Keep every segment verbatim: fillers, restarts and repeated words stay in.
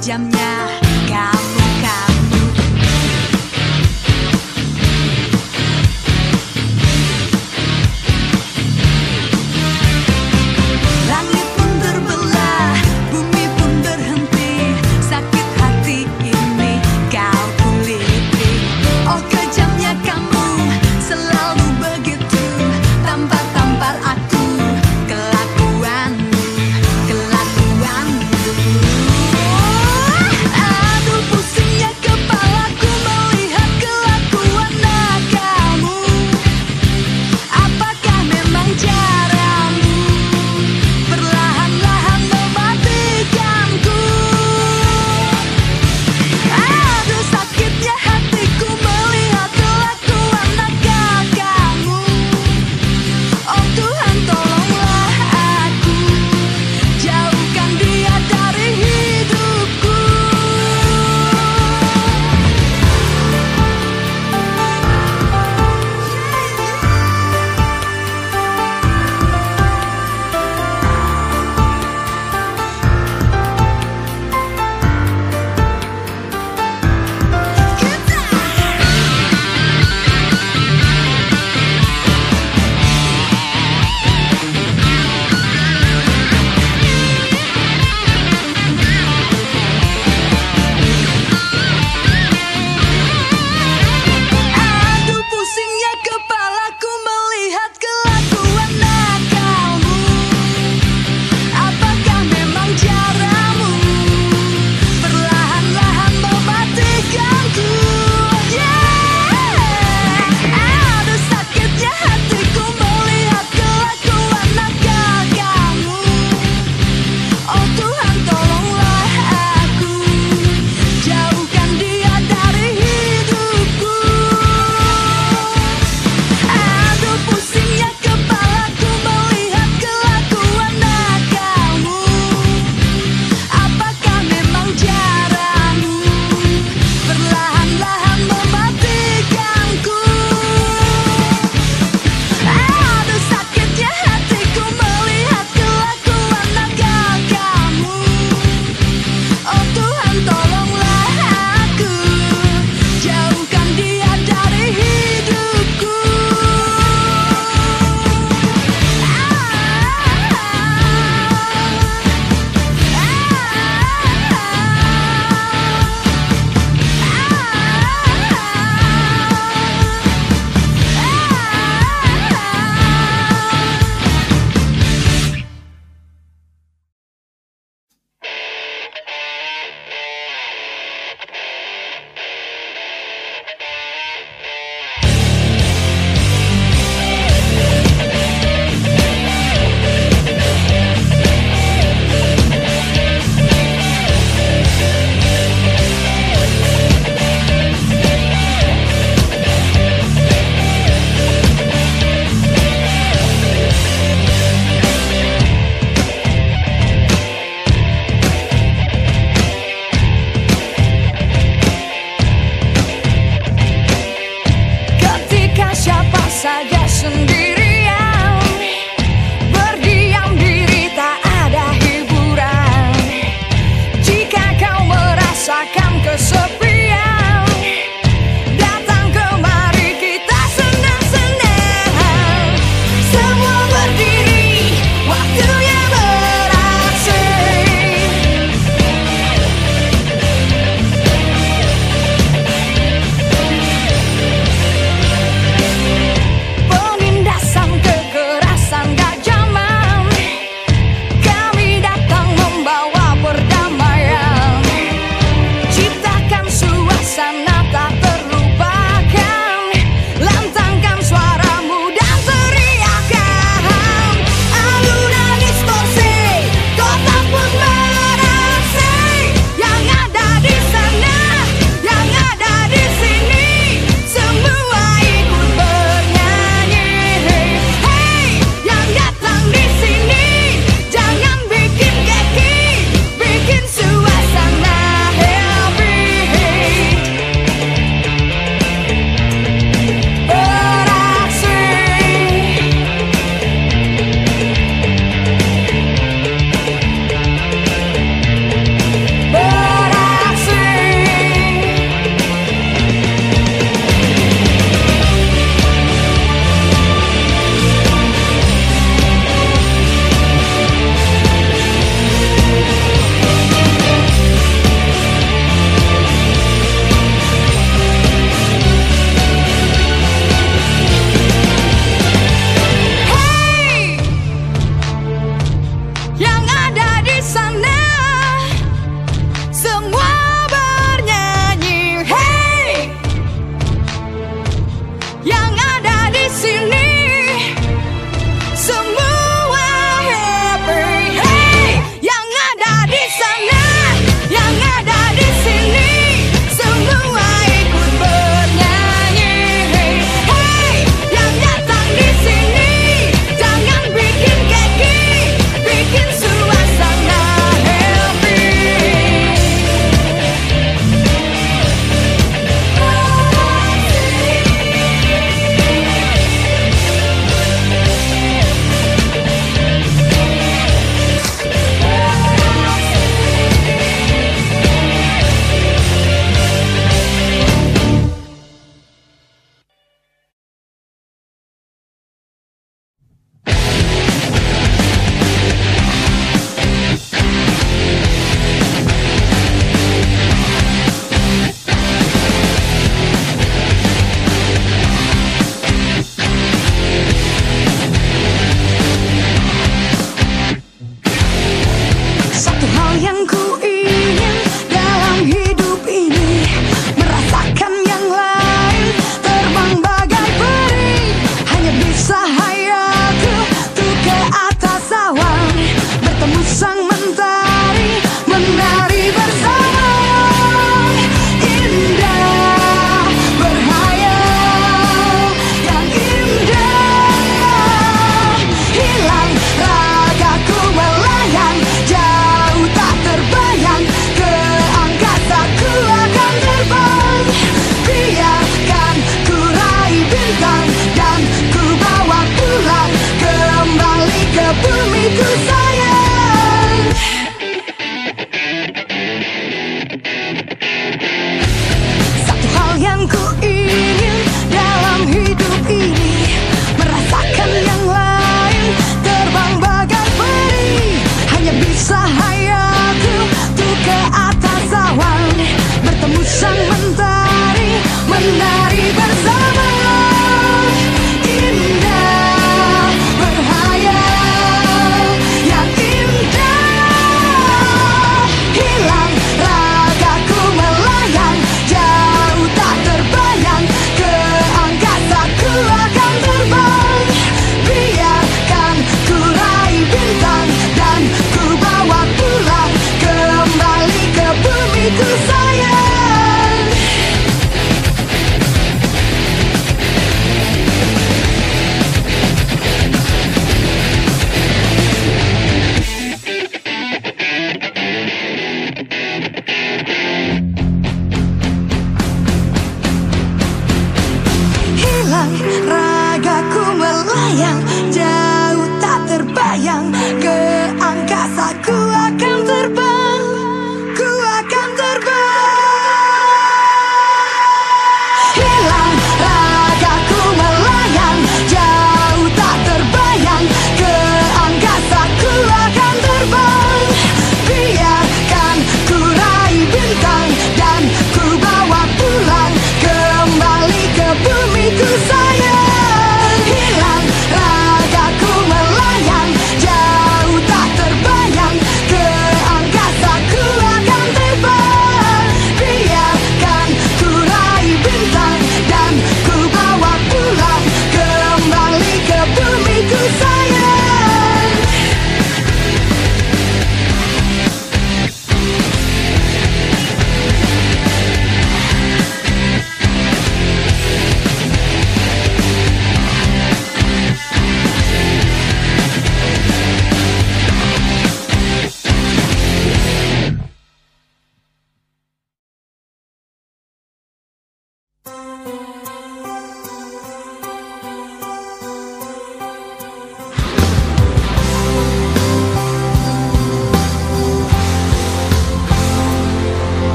kejamnya kamu-kamu. Langit pun terbelah, bumi pun berhenti, sakit hati ini kau kuliti. Oh kejamnya kamu, selalu begitu, tampar-tampar aku, kelakuanmu, kelakuanmu.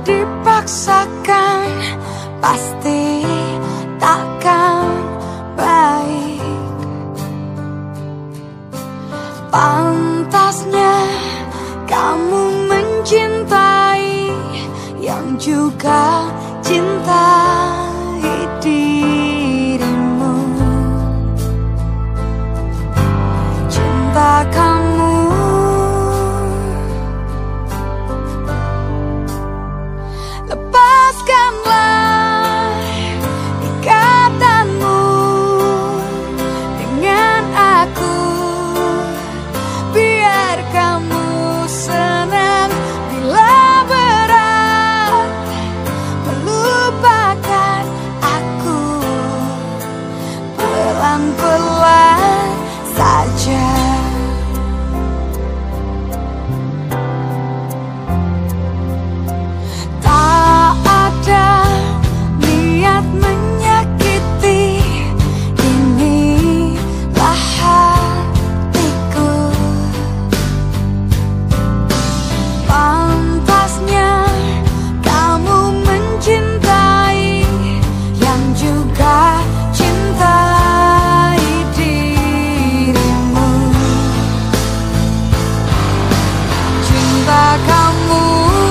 dipaksakan pasti takkan baik. Pantasnya kamu mencintai yang juga cintai dirimu. Cinta kamu lepaskanlah ikatanmu dengan aku, biar kamu senang bila berat melupakan aku. Pelan-pelan saja. Tak ada niat menyakiti, inilah hatiku. Pantasnya kamu mencintai yang juga cintai dirimu. Cinta kamu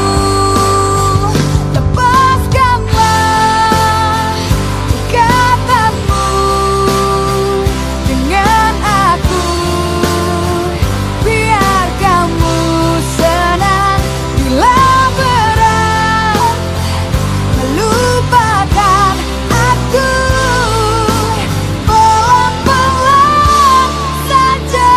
lepaskanlah ikatanmu dengan aku, biar kamu senang bila berat melupakan aku. Pelan-pelan saja.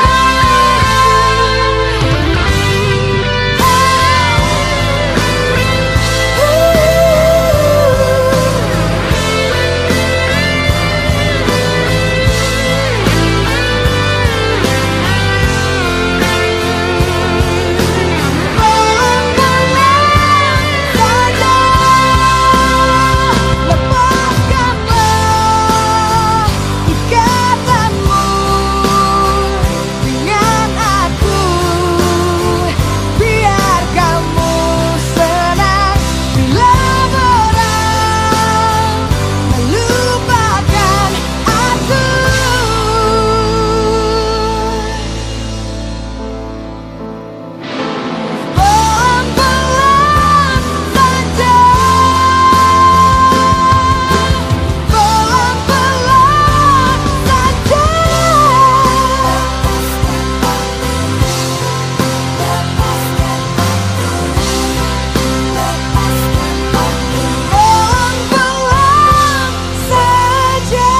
Lepaskanlah ikatanmu dengan aku, biar kamu senang bila berat melupakan aku. Pelan-pelan saja. Pelan-pelan saja. Pelan-pelan saja.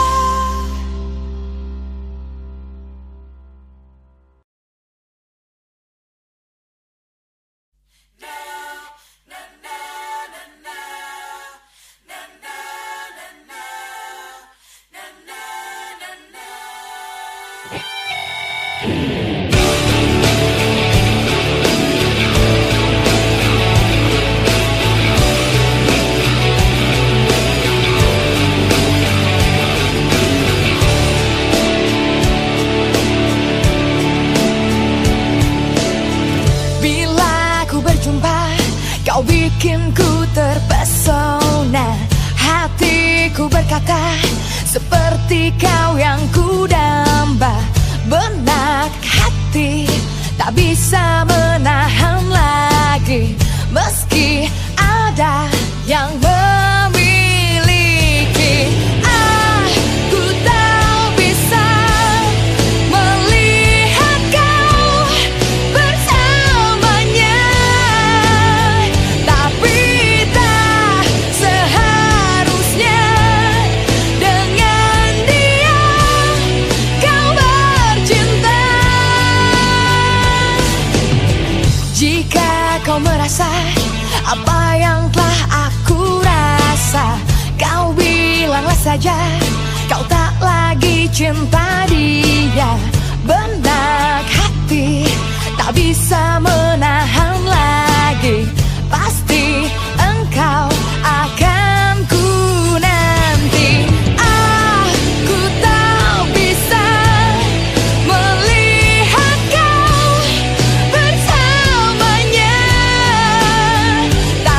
Bila ku berjumpa, kau bikin ku terpesona. Hatiku berkata, seperti kau yang ku damba. Benak hati tak bisa menahan lagi, meski ada yang memiliki. Aku tak bisa melihat kau bersamanya, tapi tak seharusnya dengan dia kau bercinta. Jika kau merasa apa yang telah aku rasa, kau bilanglah saja kau tak lagi cinta dia. Benak hati tak bisa menahan lagi, pasti engkau akan ku nanti. Aku tak bisa melihat kau bersamanya,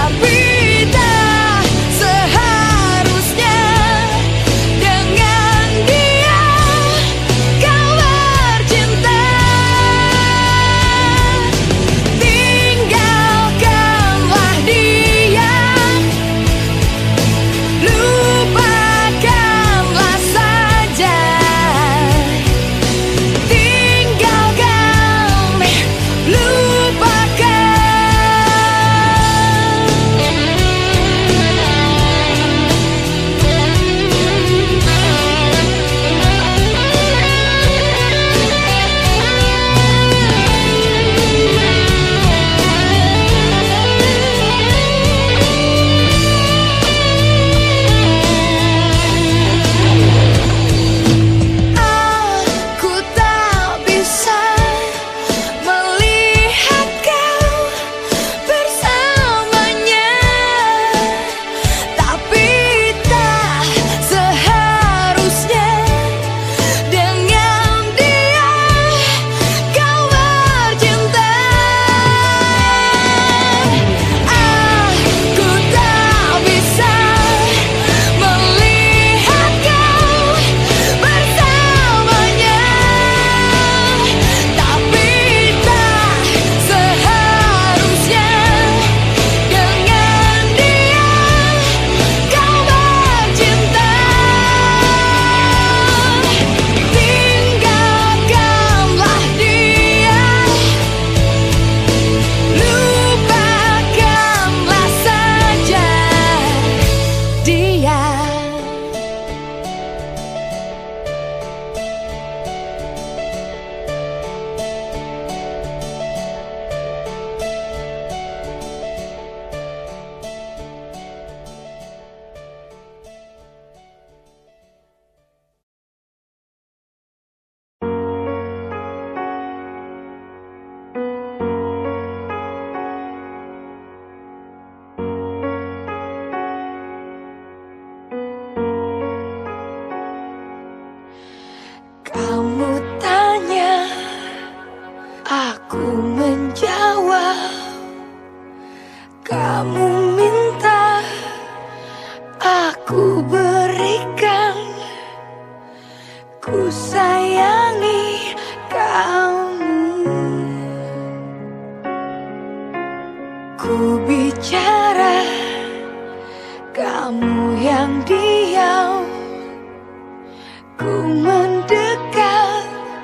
Kamu yang diam, ku mendekat,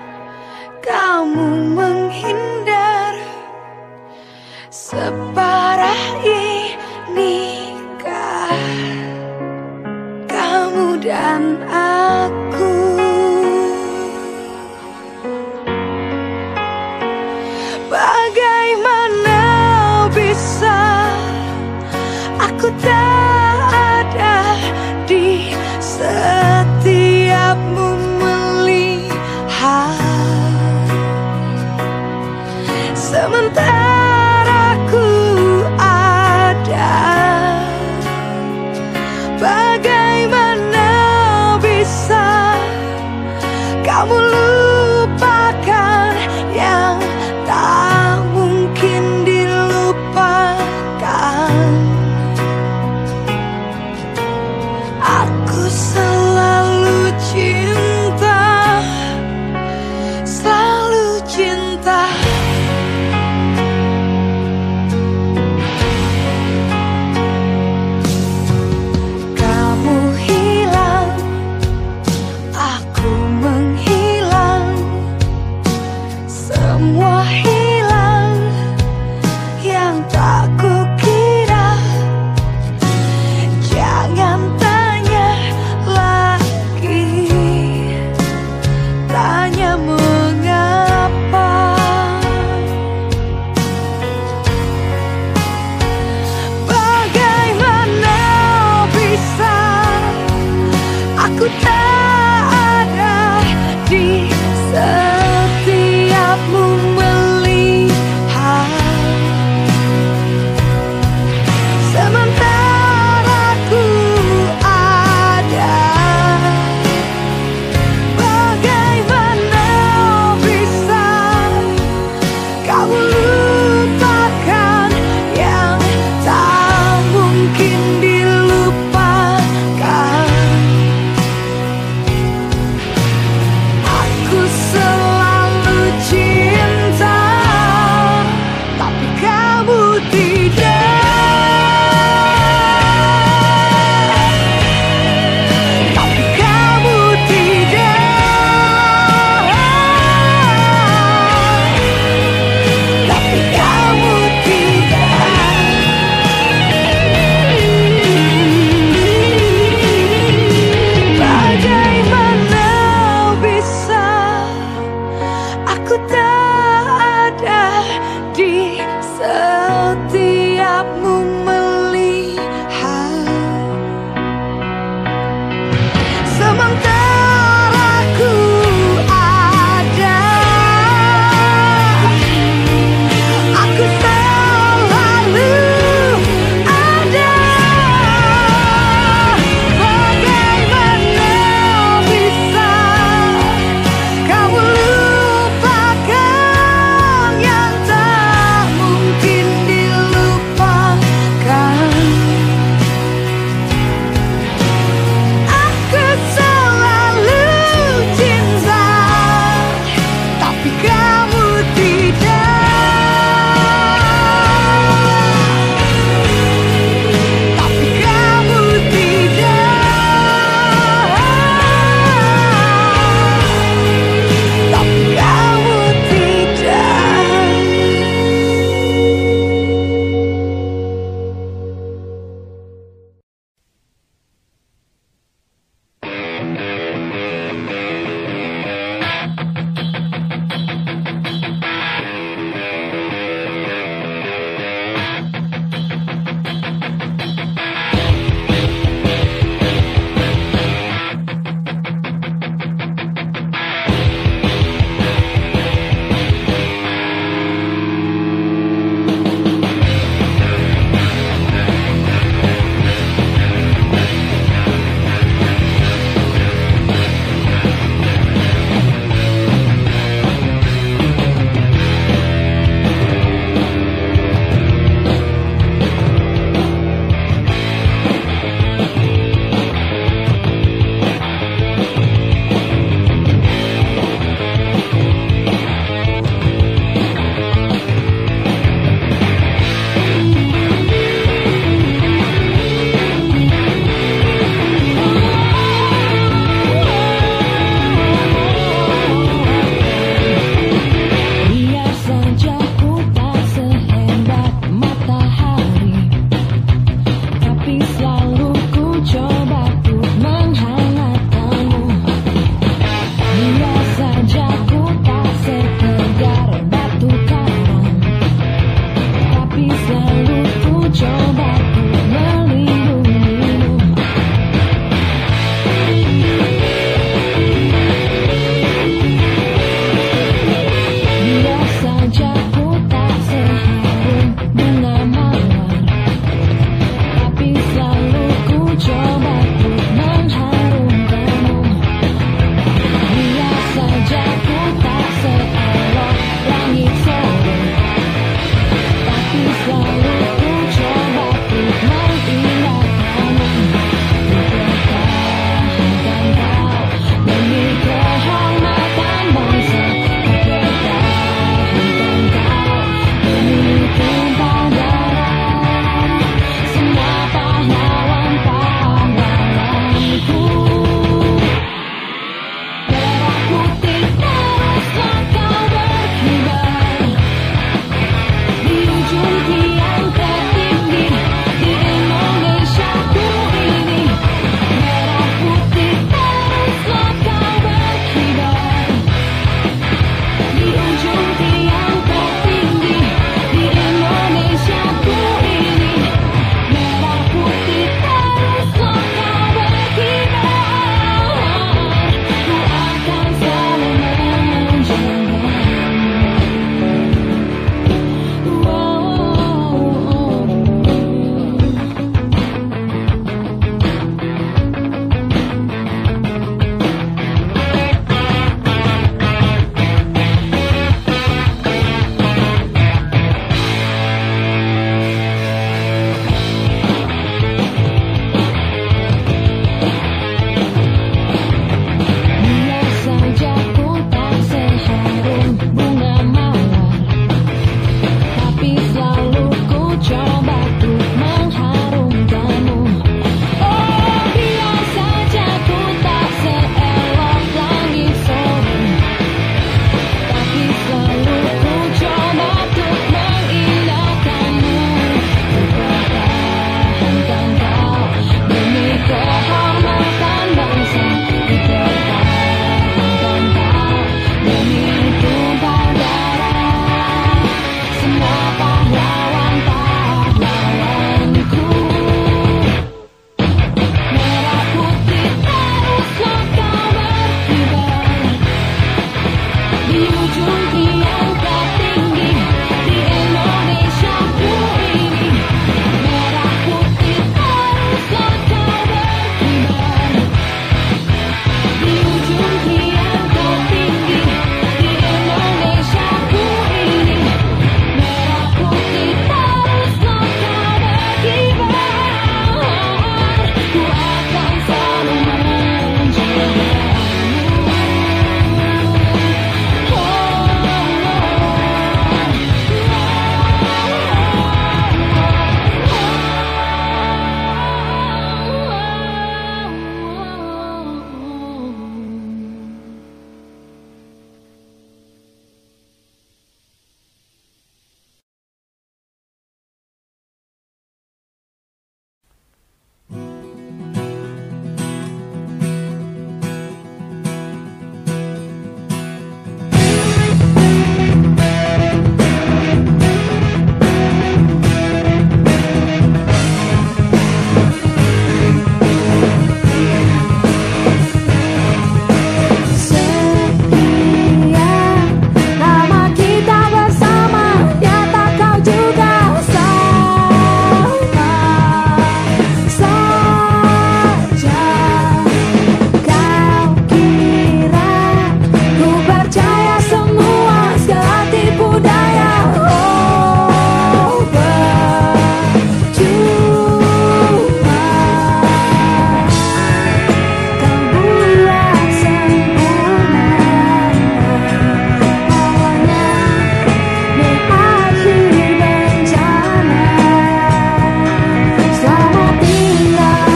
kamu menghindar. Separah inikah kamu dan aku? Bagaimana bisa aku tak ada di setiapmu melihat, sementara ku ada. Bagaimana bisa kamu lupakan yang tak mungkin dilupakan? Aku selalu cinta, selalu cinta. Kamu hilang, aku menghilang, semua hilang yang tak kukira. Jangan tanya lagi, tanya mengapa. Bagaimana bisa aku tak ada di setiapmu melihat, sementara ku ada. Bagaimana bisa kamu lupakan yang tak mungkin dilupakan? Aku selalu cinta, tapi kamu tidak. Tapi kamu tidak. Tapi kamu tidak. Bagaimana bisa aku tak ada di setiapmu melihat, sementara ku ada. Aku selalu ada. Bagaimana bisa kamu lupakan yang tak mungkin dilupakan? Aku selalu cinta, tapi kamu tidak. Tapi kamu tidak. Tapi kamu tidak.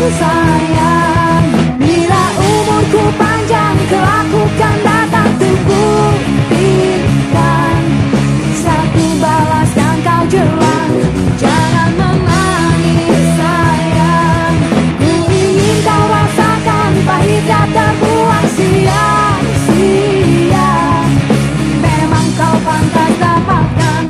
sayang. Bila umurku panjang, kelak kan datang untuk buktikan. Satu balaskan kau jelang, jangan menangis sayang. Ku ingin kau rasakan pahitnya terbuang sia-sia. Memang kau pantas dapatkan.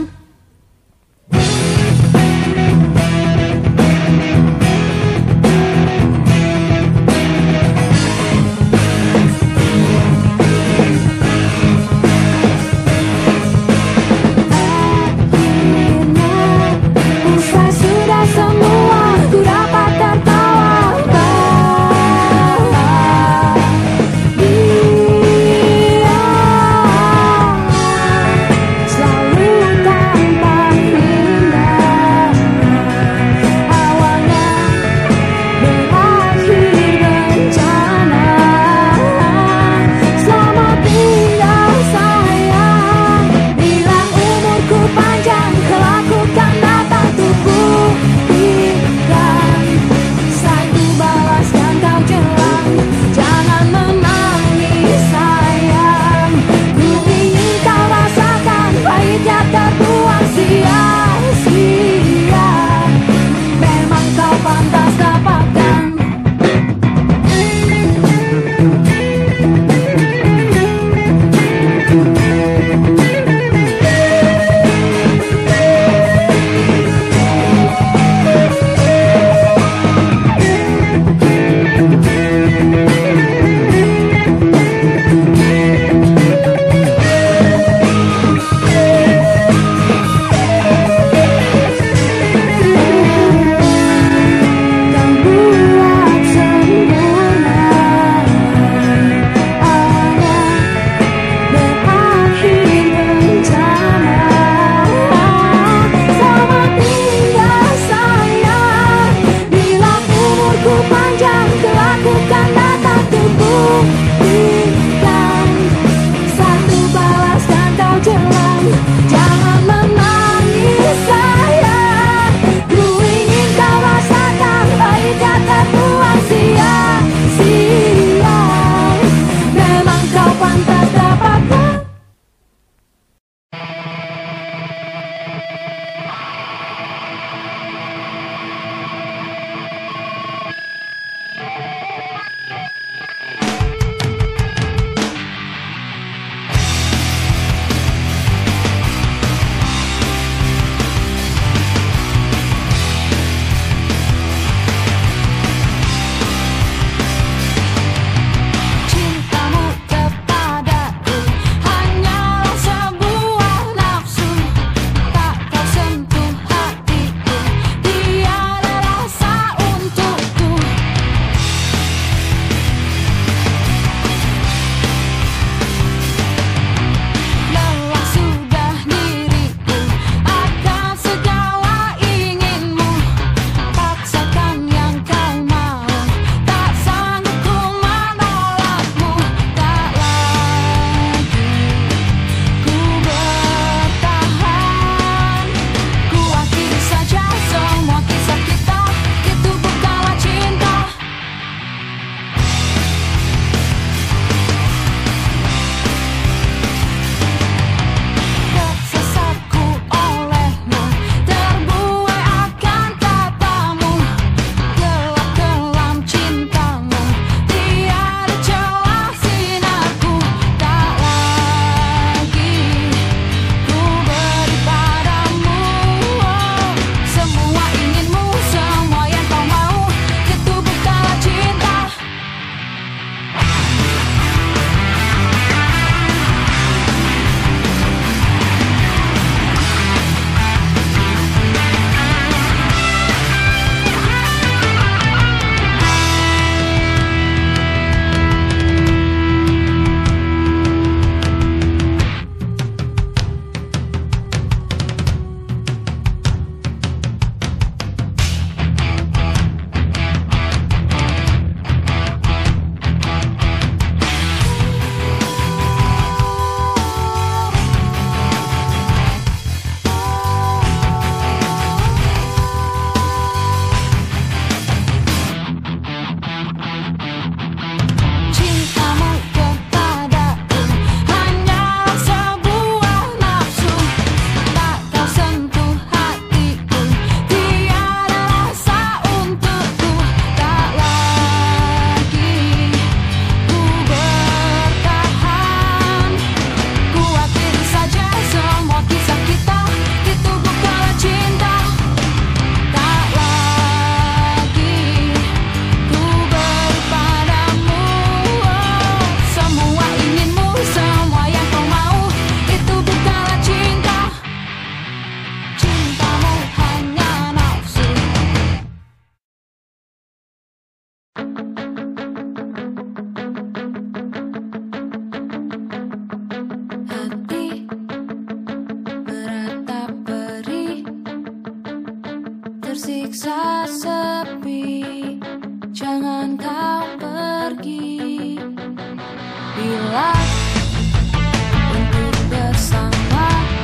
merasa sepi, jangan kau pergi. Bila untuk bersama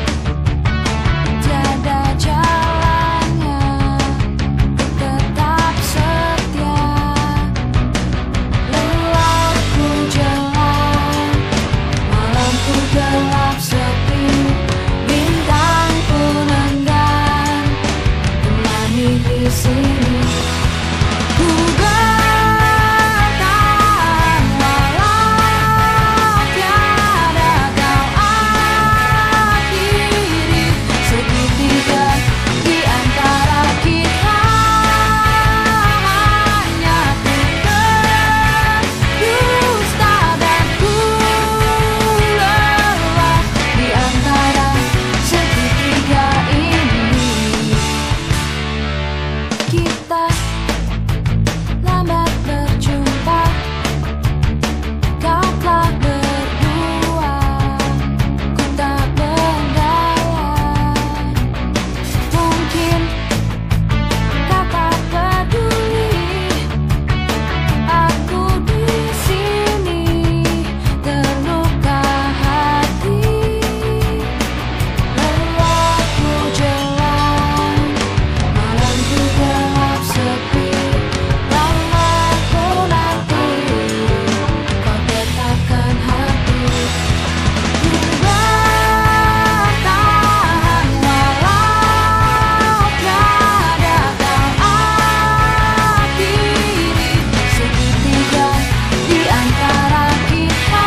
tiada jalannya, tetap setia. Lelahku jelang, malamku gelap sepi, bintang pun enggan temani di sini. Ku bertahan walau tiada kau akhiri segitiga di antara kita. Hanya ku berdusta dan ku lelah di antara segitiga ini. Kita lambat berjumpa, kau telah berdua, ku tak berdaya. Mungkin kau tak peduli, aku di sini terluka hati. Lelahku jelang, malamku gelap sepi, lamaku nanti kau tetapkan hati. Ku bertahan walau tiada kau akhiri segitiga di antara kita.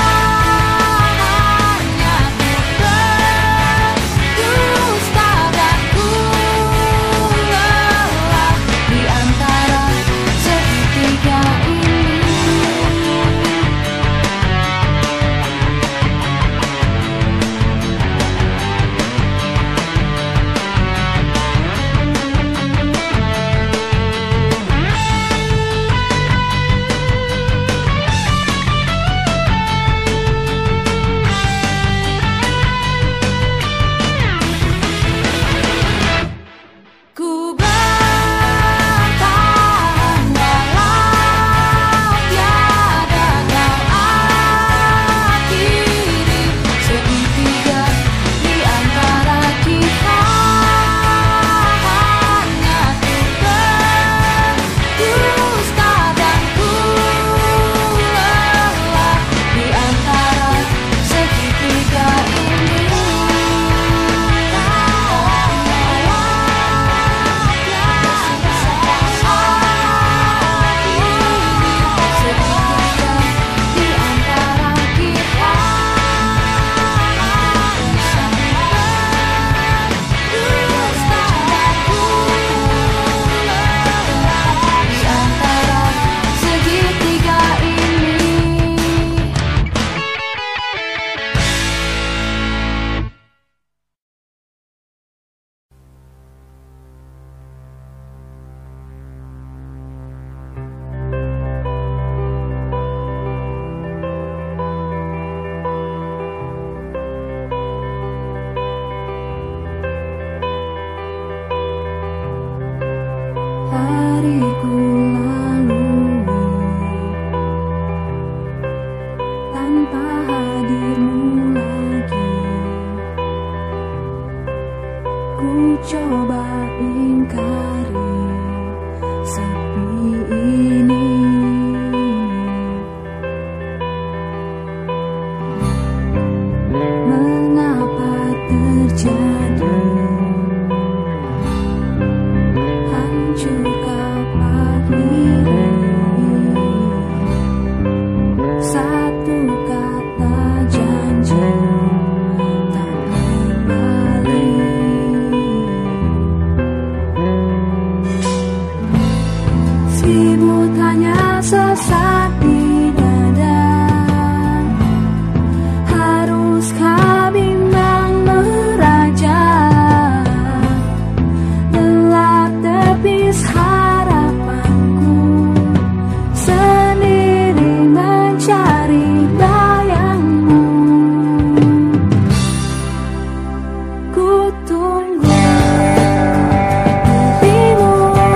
Hanya ku berdusta dan ku lelah di antara segitiga ini. Ku bertahan walau tiada kau akhiri segitiga di antara kita. Hanya ku berdusta dan ku lelah di antara segitiga ini. Hariku lalui tanpa hadirmu lagi. Ku coba ingkari sepi ini. Mengapa terjadi? Hancur kau akhiri satu kata janji tak kembali. Sibuk hanya sesak di dada, haruskah bimbang meraja? Gelap tepis harapanku, sendiri mencari bayangmu. Ku tunggu mimpimu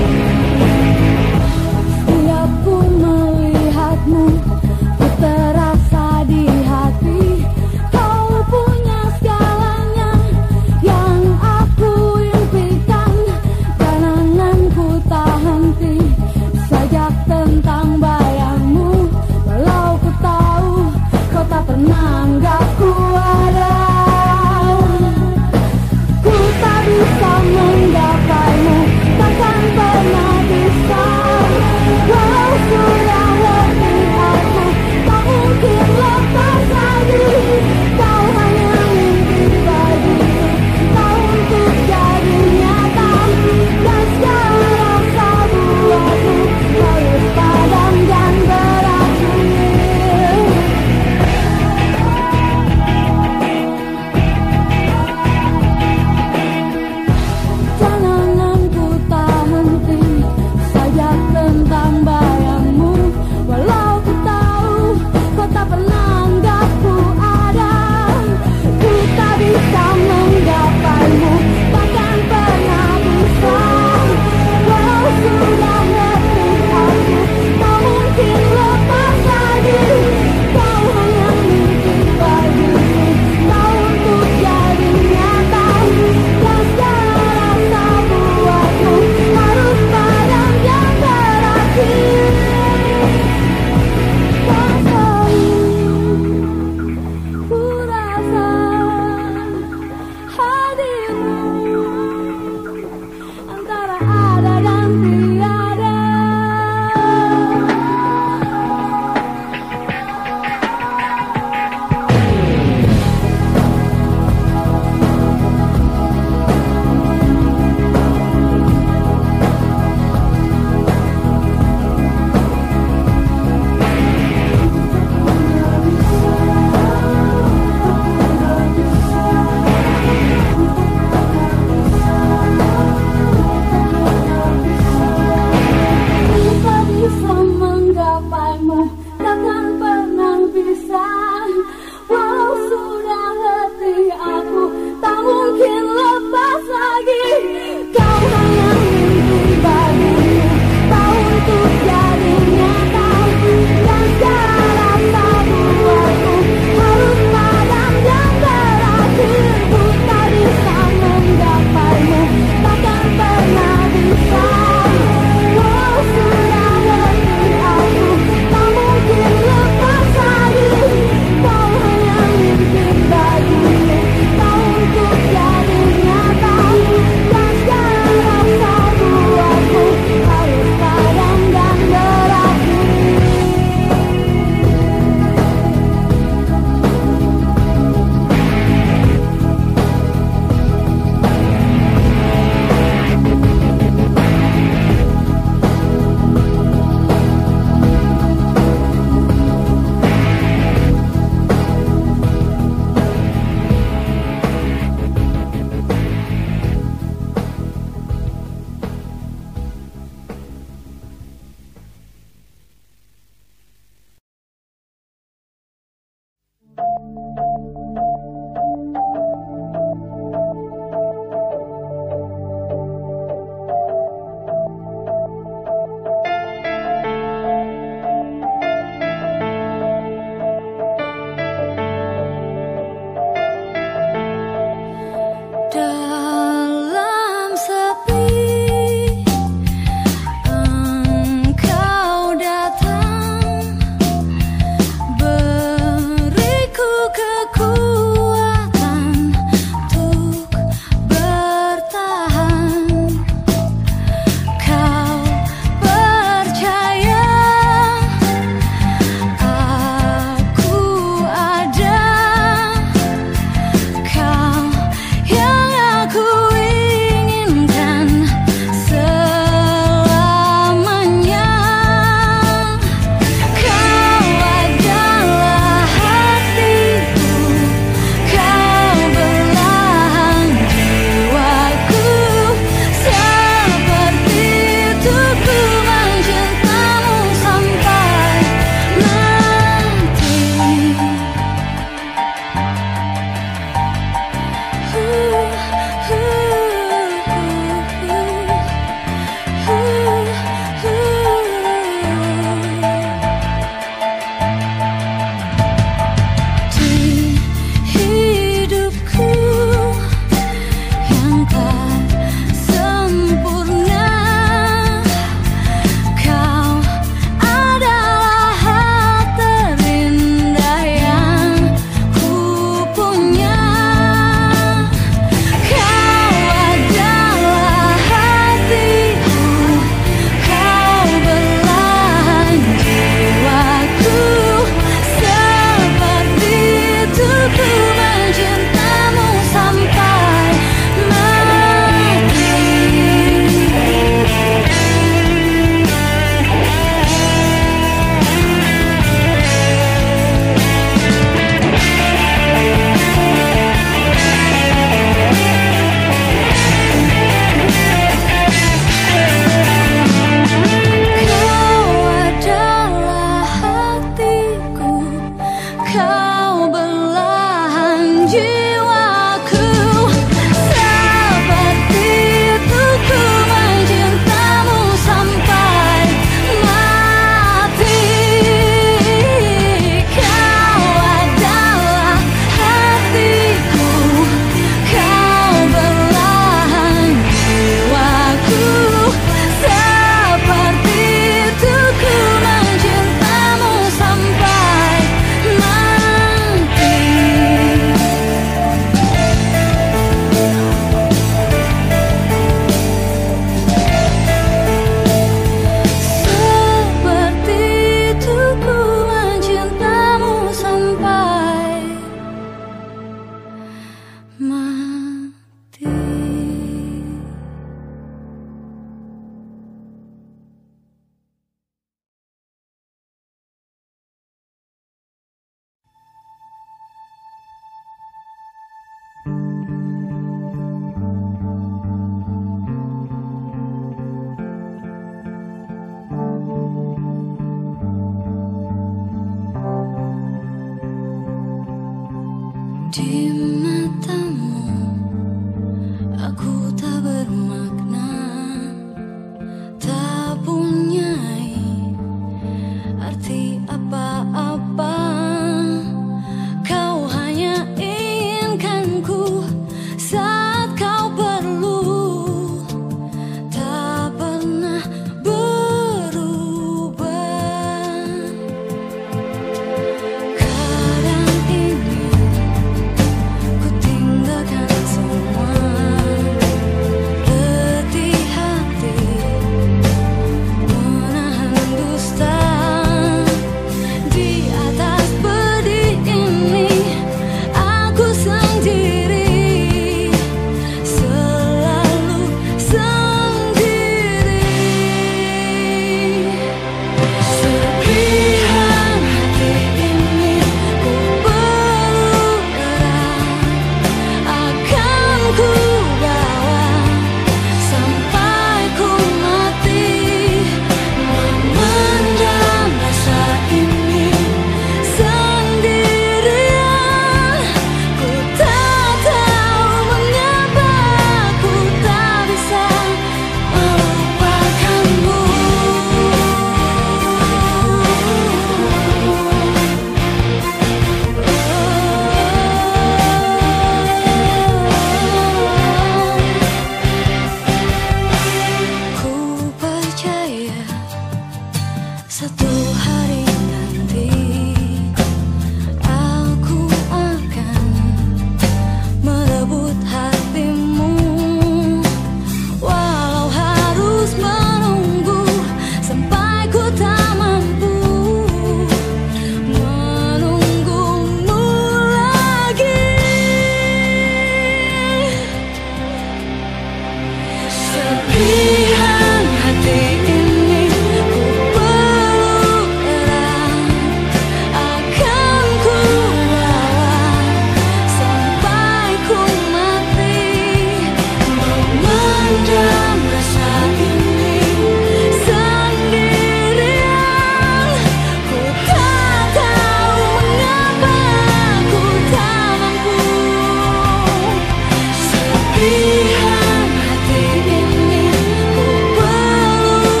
Pilihan hati ini ku peluk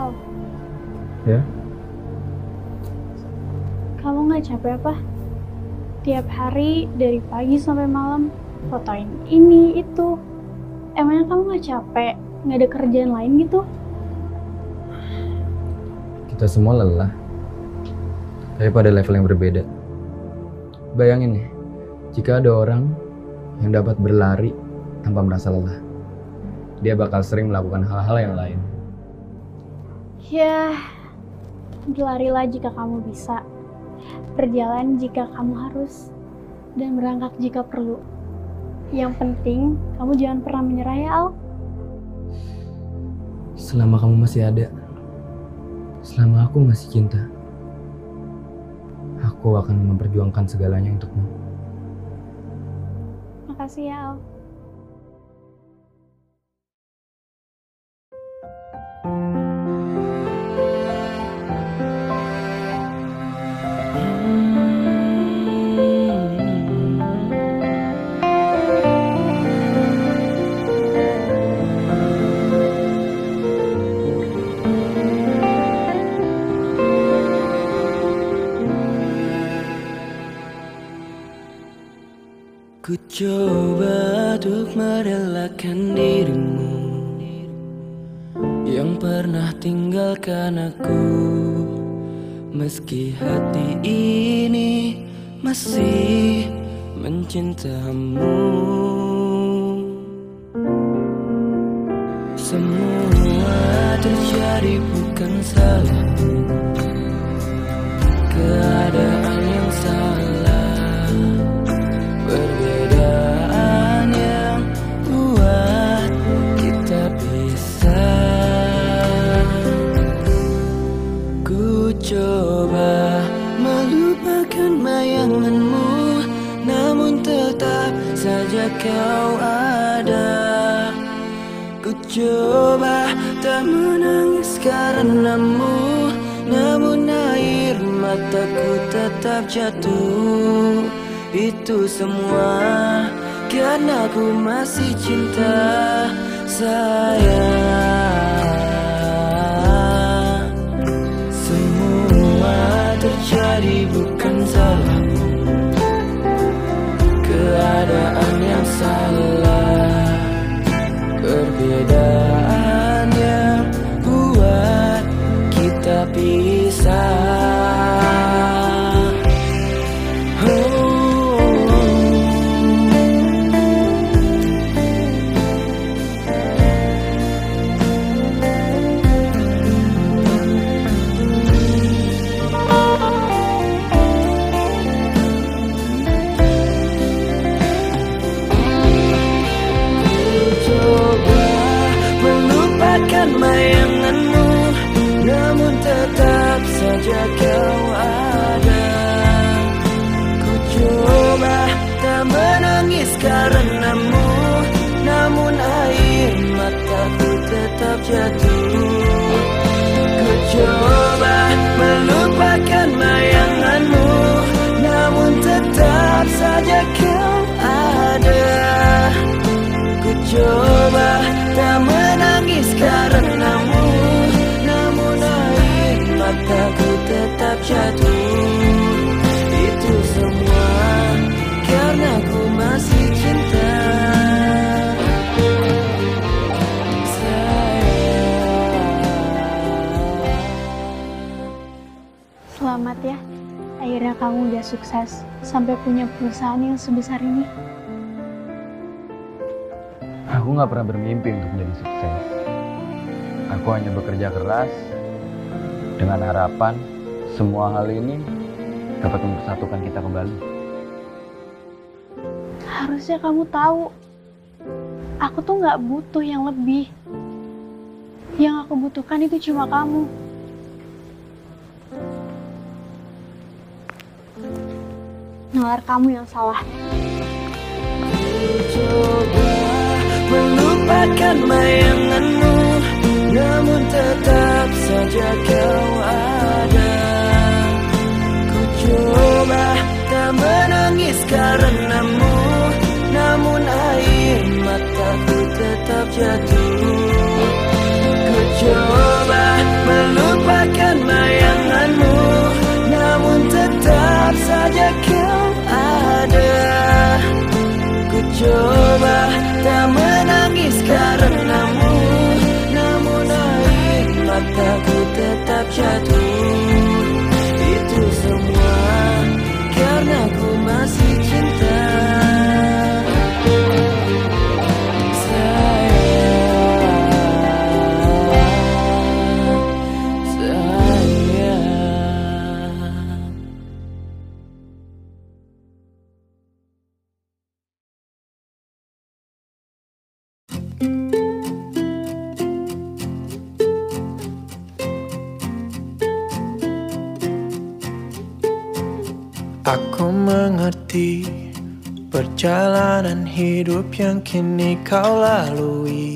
Al. Ya? Kamu nggak capek apa? Tiap hari dari pagi sampai malam fotoin ini itu. Emangnya kamu nggak capek? Nggak ada kerjaan lain gitu? Kita semua lelah. Kayak pada level yang berbeda. Bayangin nih, jika ada orang yang dapat berlari tanpa merasa lelah, dia bakal sering melakukan hal-hal yang lain. Ya, berlarilah jika kamu bisa. Berjalan jika kamu harus, dan berangkat jika perlu. Yang penting, kamu jangan pernah menyerah ya, Al. Selama kamu masih ada, selama aku masih cinta, aku akan memperjuangkan segalanya untukmu. Makasih ya, Al. Ku coba untuk merelakan dirimu yang pernah tinggalkan aku, meski hati ini masih mencintamu. Semua terjadi bukan salahmu, keadaan yang salah, perbedaan yang buat kita pisah. Ku coba melupakan bayanganmu, namun tetap saja kau ada. Ku coba tak menangis karenamu, namun air mataku tetap jatuh. Itu semua karena ku masih cinta, sayang. Semua terjadi bukan salahmu, keadaan yang salah, perbedaan yang buat kita pisah. Bayanganmu, namun tetap saja kau ada. Ku coba tak menangis karenamu, namun air mataku tetap jatuh. Ku coba melupakan bayanganmu, namun tetap saja kau ada. Ku coba tak menangis karenamu, namun air mataku tetap jatuh. Itu semua karena ku masih cinta, sayang. Selamat ya, akhirnya kamu udah sukses sampai punya perusahaan yang sebesar ini. Aku gak pernah bermimpi untuk menjadi sukses. Aku hanya bekerja keras dengan harapan semua hal ini dapat mempersatukan kita kembali. Harusnya kamu tahu, aku tuh gak butuh yang lebih. Yang aku butuhkan itu cuma kamu. Nalar kamu yang salah. Melupakan bayanganmu, namun tetap saja kau ada. Ku coba tak menangis karenamu, namun air mataku tetap jatuh. Ku coba coba tak menangis karenamu, namun air mataku tetap jatuh. Itu semua karena ku masih cinta. Aku mengerti perjalanan hidup yang kini kau lalui.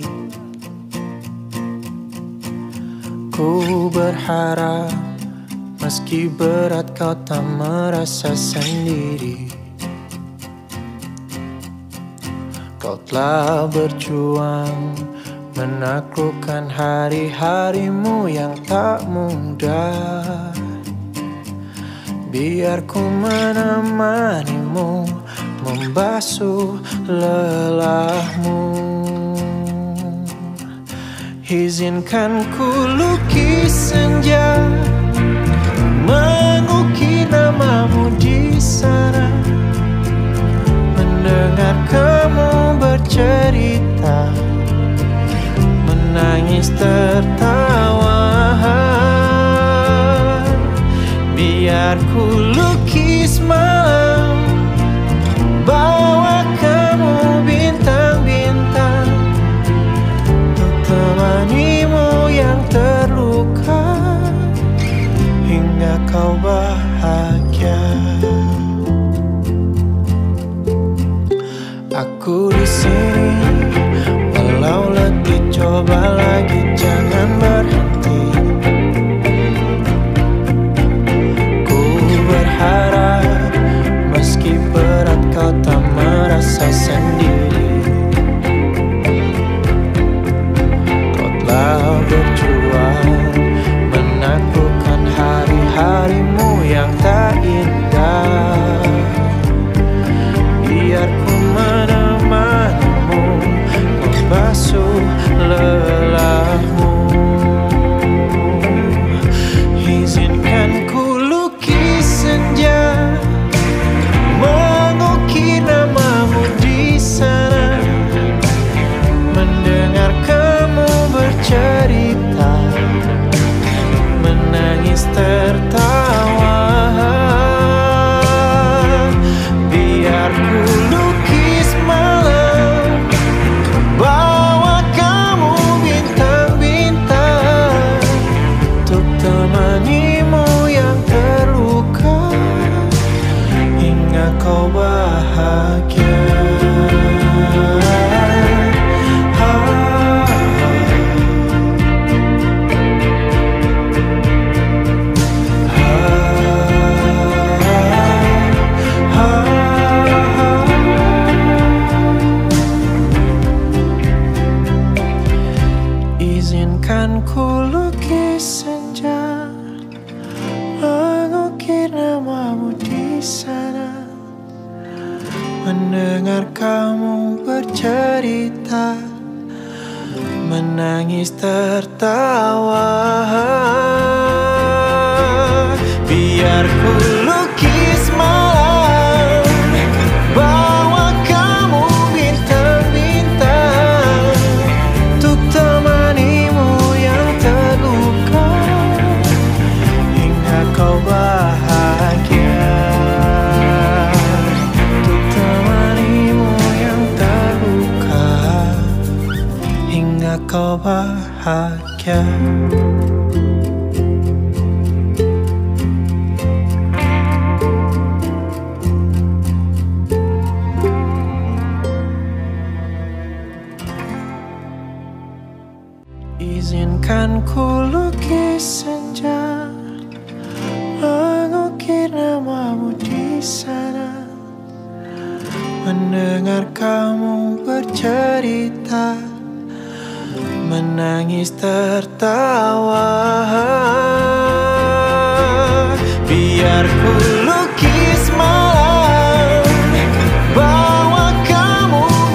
Ku berharap meski berat kau tak merasa sendiri. Kau telah berjuang menaklukkan hari-harimu yang tak mudah. Biar ku menemanimu, membasuh lelahmu. Izinkan ku lukis senja, mengukir namamu di sana. Mendengar kamu bercerita, menangis tertawa. Biar ku lukis malam, bawa kamu bintang-bintang, untuk temanimu yang terluka hingga kau bahagia. Aku di sini, walau letih coba lagi, jangan berhenti. Harap meski berat kau tak merasa sendiri. Kau telah berjuang menaklukkan hari-harimu yang tak indah. Biar ku menemanimu, membasuh lelahmu. Izinkan ku senja, mengukir namamu di sana. Mendengar kamu bercerita, menangis tertawa. Biar ku lukis malam, bawa kamu bintang-bintang, untuk temanimu yang terluka hingga kau bahagia. Izinkan ku lukis senja, mengukir namamu di sana. Mendengar kamu bercerita, menangis tertawa. Biar ku lukis malam, bawa kamu bintang-bintang, untuk temanimu yang terluka hingga kau bahagia. Untuk temanimu yang terluka hingga kau bahagia. Izinkan ku lukis senja, mengukir namamu di sana. Mendengar kamu bercerita, menangis tertawa. Biar ku lukis malam, bawa kamu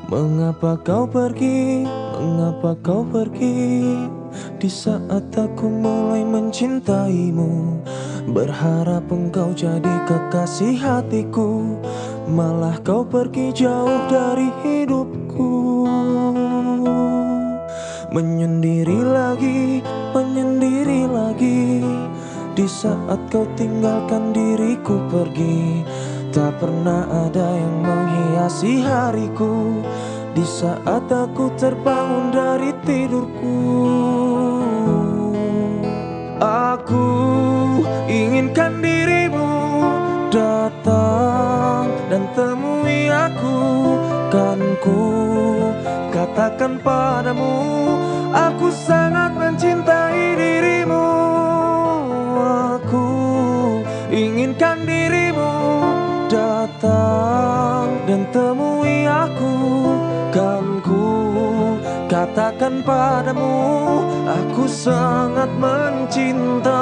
Mengapa kau pergi, mengapa kau pergi di saat aku mulai mencintaimu. Berharap engkau jadi kekasih hatiku, malah kau pergi jauh dari hidupku. Menyendiri lagi, menyendiri lagi di saat kau tinggalkan diriku pergi. Tak pernah ada yang menghiasi hariku di saat aku terbangun dari tidurku. Aku inginkan dirimu datang dan temui aku. Kan ku katakan padamu, aku sangat mencintai dirimu. Aku inginkan dirimu datang dan temui aku. Kan ku katakan padamu, aku sangat mencinta.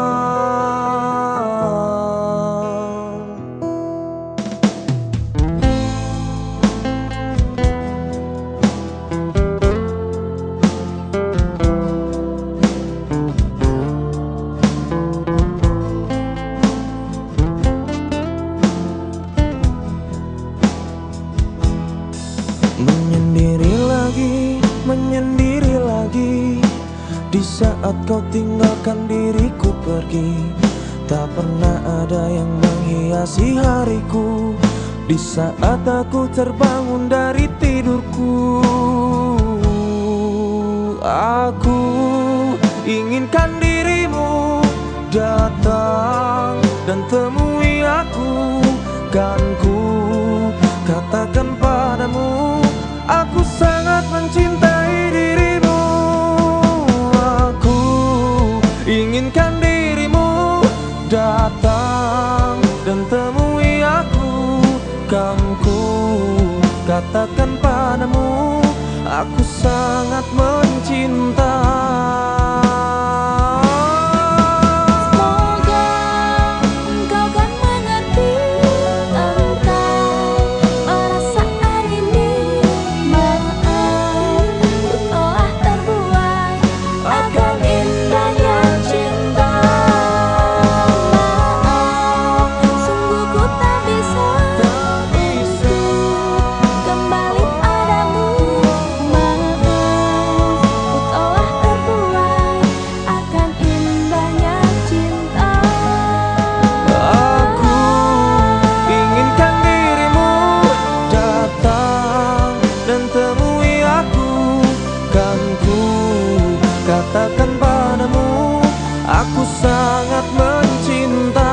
Menyendiri lagi di saat kau tinggalkan diriku pergi. Tak pernah ada yang menghiasi hariku di saat aku terbangun dari tidurku. Aku inginkan dirimu datang dan temui aku. Kan ku katakan padamu, aku sangat mencintai dirimu. Aku inginkan dirimu datang dan temui aku. Kan ku katakan padamu, aku sangat mencinta. Aku sangat mencinta.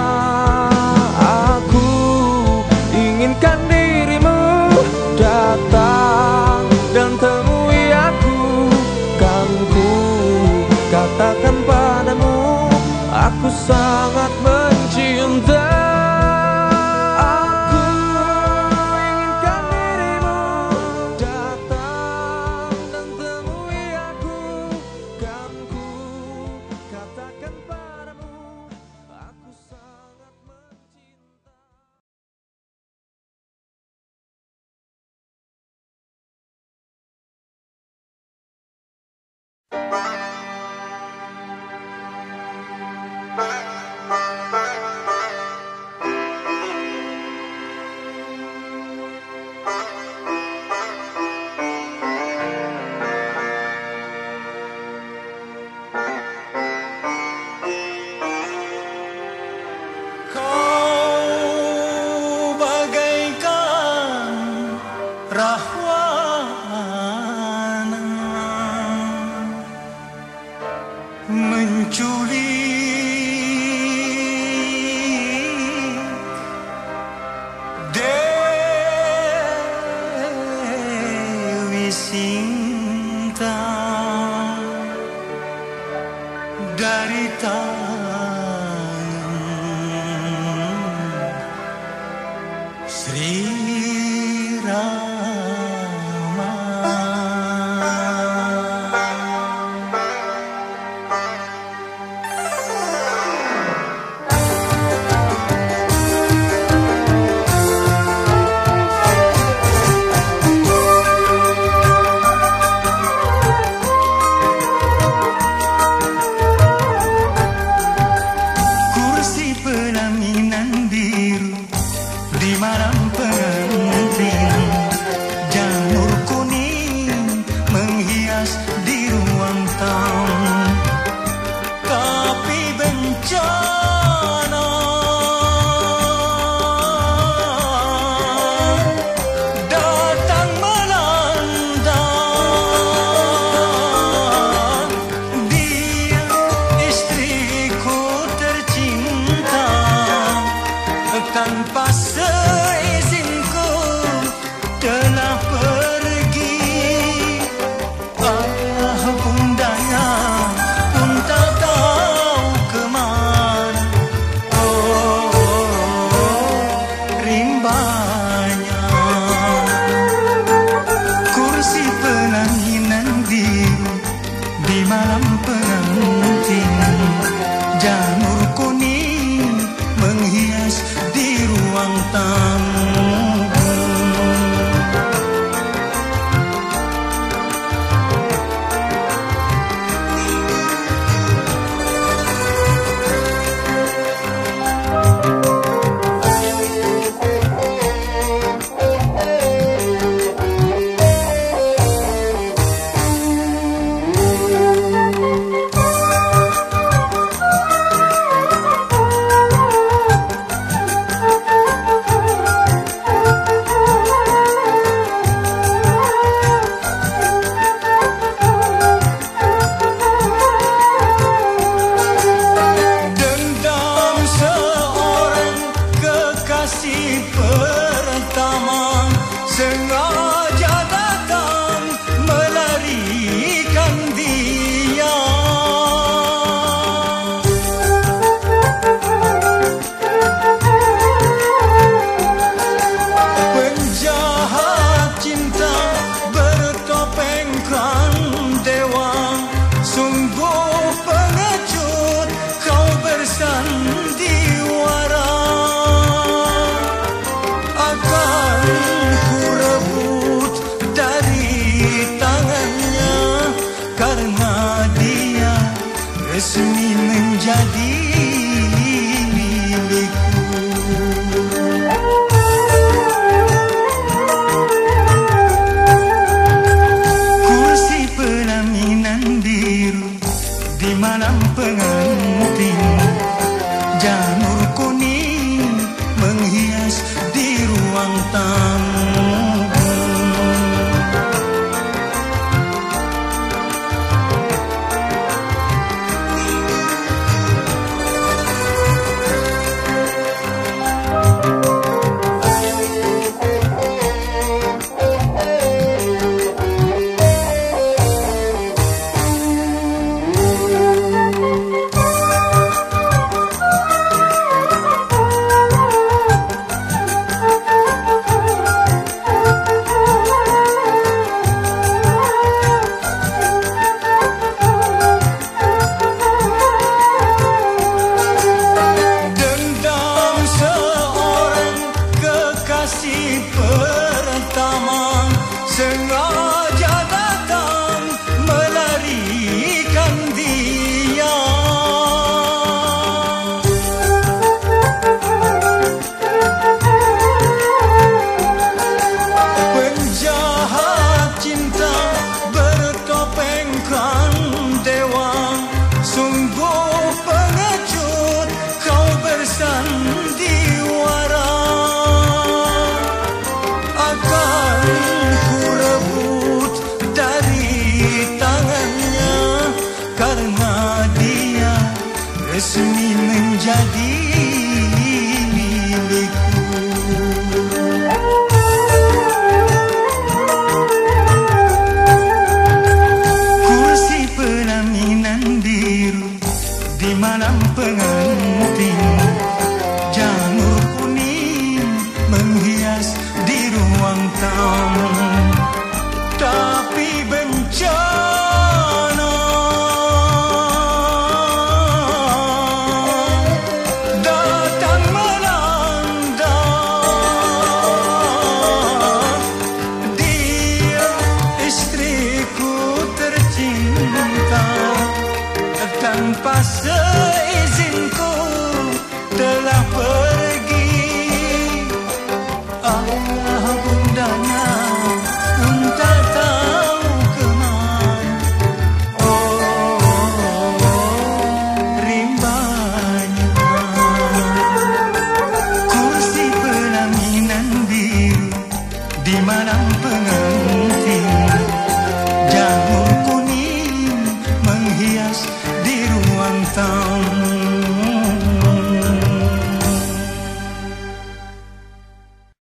Aku inginkan dirimu datang dan temui aku. Kan ku katakan padamu, aku sangat mencinta. Aku inginkan dirimu datang dan temui aku. Kan ku katakan padamu, aku sangat mencinta. Kau bagaikan rahwana menculik Dewi Sinta dari tangan Sri Rama. Aku di malam pengantin. Janur kuning menghias di ruang tamu. Sengaja datang melarikan dia. Penjahat cinta bertopengkan dewa. Sungguh pengecut kau bersandiwara. Akan rebut dari tangannya karena dia resmi menjadi milikku. Kursi pelaminan biru di malam pengantin. Janur kuning menghias di ruang tamu. Pertama sengaja datang melarikan dia. Penjahat cinta bertopengkan dewa. Sungguh pengecut kau bersandiwara. Akan kurebut dari tangannya karena dia resmi menjadi milikku. Kursi pelaminan biru di malam pengantin. Janur kuning menghias di ruang tamu. Tapi bencana datang melanda. Dia istriku tercinta. Tanpa seizinku telah pergi. Ayah bundanya pun tak tahu kemana. Oh, rimbanya. Kursi pelaminan biru di malam pengantin. Janur kuning menghias di ruang tamu.